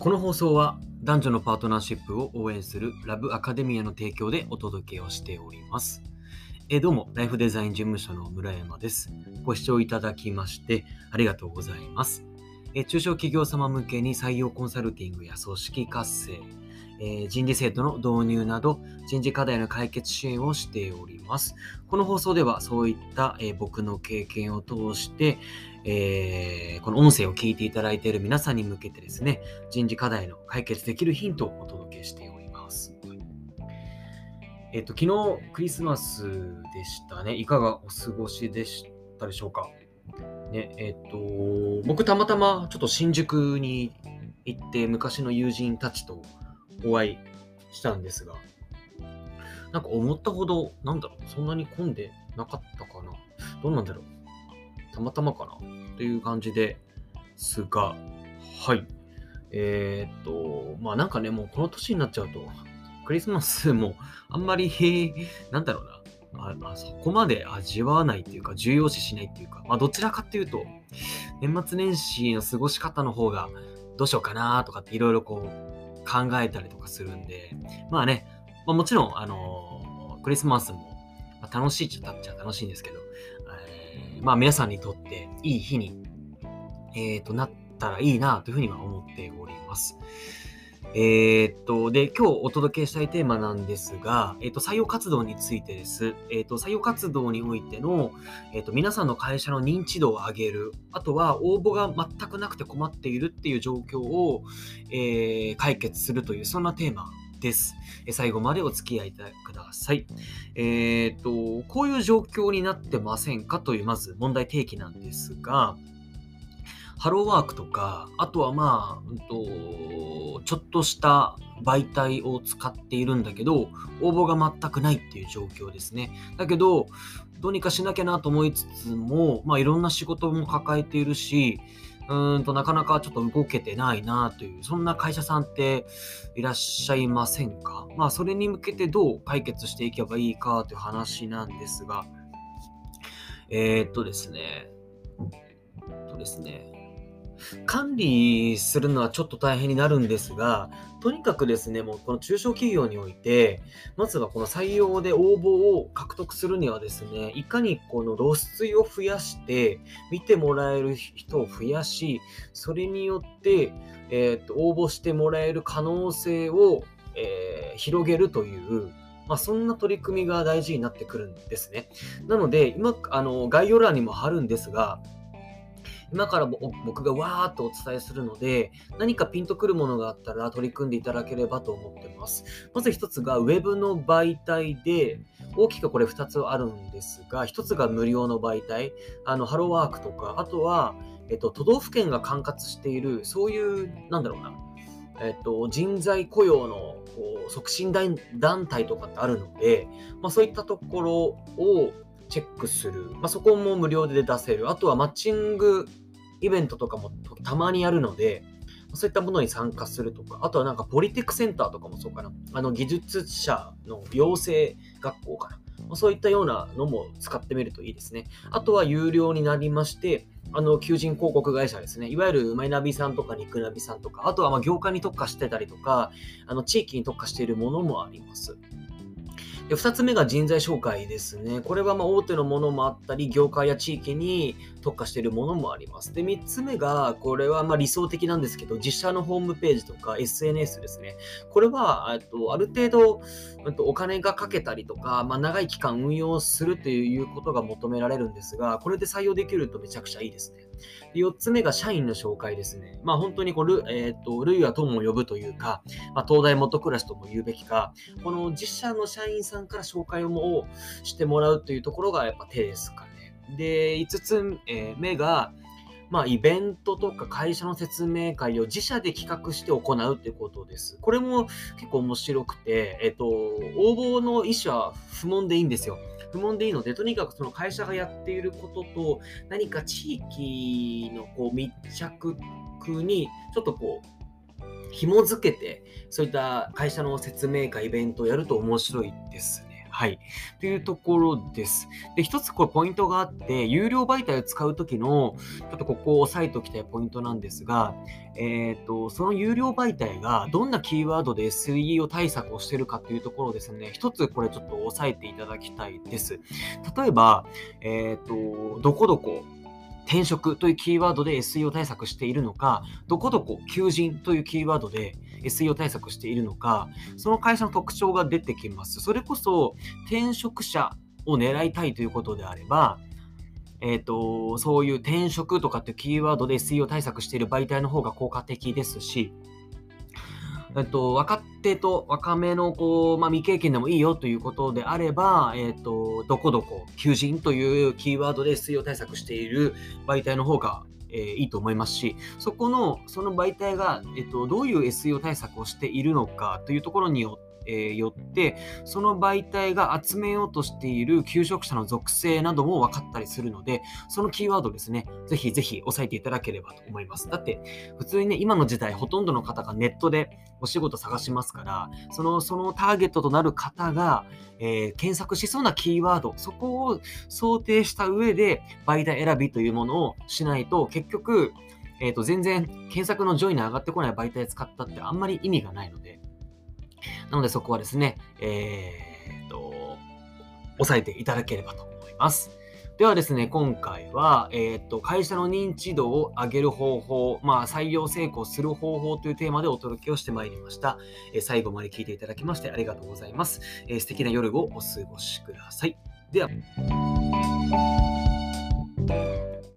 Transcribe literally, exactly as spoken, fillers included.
この放送は男女のパートナーシップを応援するラブアカデミアの提供でお届けをしております。えどうも、ライフデザイン事務所の村山です。ご視聴いただきましてありがとうございます。え中小企業様向けに採用コンサルティングや組織活性、えー、人事制度の導入など人事課題の解決支援をしております。この放送ではそういった、えー、僕の経験を通して、えー、この音声を聞いていただいている皆さんに向けてですね、人事課題の解決できるヒントをお届けしております。えっと、昨日クリスマスでしたね。いかがお過ごしでしたでしょうか。ね、えっと、僕たまたまちょっと新宿に行って昔の友人たちとお会いしたんですが、なんか思ったほど、なんだろう、そんなに混んでなかったかな。どうなんだろう。たまたまかなという感じですが、はい。えー、っと、まあなんかね、もうこの年になっちゃうと、クリスマスもあんまり、なんだろうな。あまあ、そこまで味わわないっていうか重要視しないっていうか、まあ、どちらかっていうと年末年始の過ごし方の方がどうしようかなとかっていろいろこう考えたりとかするんで、まあね、まあ、もちろんあのー、クリスマスも楽しいっちゃっちゃ楽しいんですけど、えー、まあ皆さんにとっていい日に、えー、となったらいいなというふうには思っております。えー、っと、で、今日お届けしたいテーマなんですが、えー、っと、採用活動についてです。えー、っと、採用活動においての、えー、っと、皆さんの会社の認知度を上げる、あとは応募が全くなくて困っているっていう状況を、えー、解決するという、そんなテーマです。えー、最後までお付き合いください。えー、っと、こういう状況になってませんかという、まず問題提起なんですが、ハローワークとか、あとはまあ、うんと、ちょっとした媒体を使っているんだけど、応募が全くないっていう状況ですね。だけど、どうにかしなきゃなと思いつつも、まあいろんな仕事も抱えているし、うーんとなかなかちょっと動けてないなという、そんな会社さんっていらっしゃいませんか？まあそれに向けてどう解決していけばいいかという話なんですが、えー、っとですね、えっとですね、管理するのはちょっと大変になるんですが、とにかくですね、もうこの中小企業において、まずはこの採用で応募を獲得するにはですね、いかにこの露出を増やして、見てもらえる人を増やし、それによって、えーと、応募してもらえる可能性を、えー広げるという、まあ、そんな取り組みが大事になってくるんですね。なので、今、あの、概要欄にも貼るんですが、今から僕がわーっとお伝えするので、何かピンとくるものがあったら取り組んでいただければと思ってます。まず一つがウェブの媒体で、大きくこれ二つあるんですが、一つが無料の媒体、あのハローワークとか、あとは、えっと、都道府県が管轄している、そういう、なんだろうな、えっと、人材雇用のこう促進団体とかってあるので、まあ、そういったところをチェックする。まあ、そこも無料で出せる。あとはマッチングイベントとかもたまにやるので、そういったものに参加するとか、あとはなんかポリテックセンターとかもそうかな。あの技術者の養成学校かな。そういったようなのも使ってみるといいですね。あとは有料になりまして、あの求人広告会社ですね。いわゆるマイナビさんとかニクナビさんとか、あとはまあ業界に特化してたりとか、あの地域に特化しているものもあります。で、二つ目が人材紹介ですね。これはまあ大手のものもあったり、業界や地域に特化しているものもあります。で、三つ目が、これはまあ理想的なんですけど、自社のホームページとか エスエヌエス ですね。これは、えっと、ある程度、えっと、お金がかけたりとか、まあ、長い期間運用するということが求められるんですが、これで採用できるとめちゃくちゃいいですね。で、四つ目が社員の紹介ですね。まあ本当にこれ、えっと、類は友を呼ぶというか、まあ、東大元暮らしとも言うべきか、この自社の社員さんから紹介をしてもらうというところがやっぱ手ですかね。で、五つ目が、まあ、イベントとか会社の説明会を自社で企画して行うということです。これも結構面白くて、えっと、応募の意思は不問でいいんですよ。不問でいいので、とにかくその会社がやっていることと、何か地域のこう密着に、ちょっとこう、紐づけて、そういった会社の説明会、イベントをやると面白いですね。 はい。というところです。で、一つこれポイントがあって、有料媒体を使うときの、ちょっとここを押さえておきたいポイントなんですが、えっと、その有料媒体がどんなキーワードで エスイーオー 対策をしているかというところをですね、一つこれちょっと押さえていただきたいです。例えば、えっと、どこどこ、転職というキーワードで エスイーオー 対策しているのか、どこどこ求人というキーワードで エスイーオー 対策しているのか、その会社の特徴が出てきます。それこそ転職者を狙いたいということであれば、えっと、そういう転職とかっていうキーワードで エスイーオー 対策している媒体の方が効果的ですし、えっと、若手と若めの、こう、まあ、未経験でもいいよということであれば、えっと、どこどこ、求人というキーワードで エスイーオー 対策している媒体の方が、えーいいと思いますし、そこの、その媒体が、えっと、どういう エスイーオー 対策をしているのかというところによって、えーよって、その媒体が集めようとしている求職者の属性なども分かったりするので、そのキーワードですね、ぜひぜひ押さえていただければと思います。だって、普通にね、今の時代、ほとんどの方がネットでお仕事探しますから、その、そのターゲットとなる方が、えー検索しそうなキーワード、そこを想定した上で、媒体選びというものをしないと、結局、えっと、全然検索の上位に上がってこない媒体使ったってあんまり意味がないので、なのでそこはですね、えーっと、押さえていただければと思います。ではですね、今回は、えーっと、会社の認知度を上げる方法、まあ、採用成功する方法というテーマでお届けをしてまいりました。えー最後まで聞いていただきましてありがとうございます。えー素敵な夜をお過ごしください。では。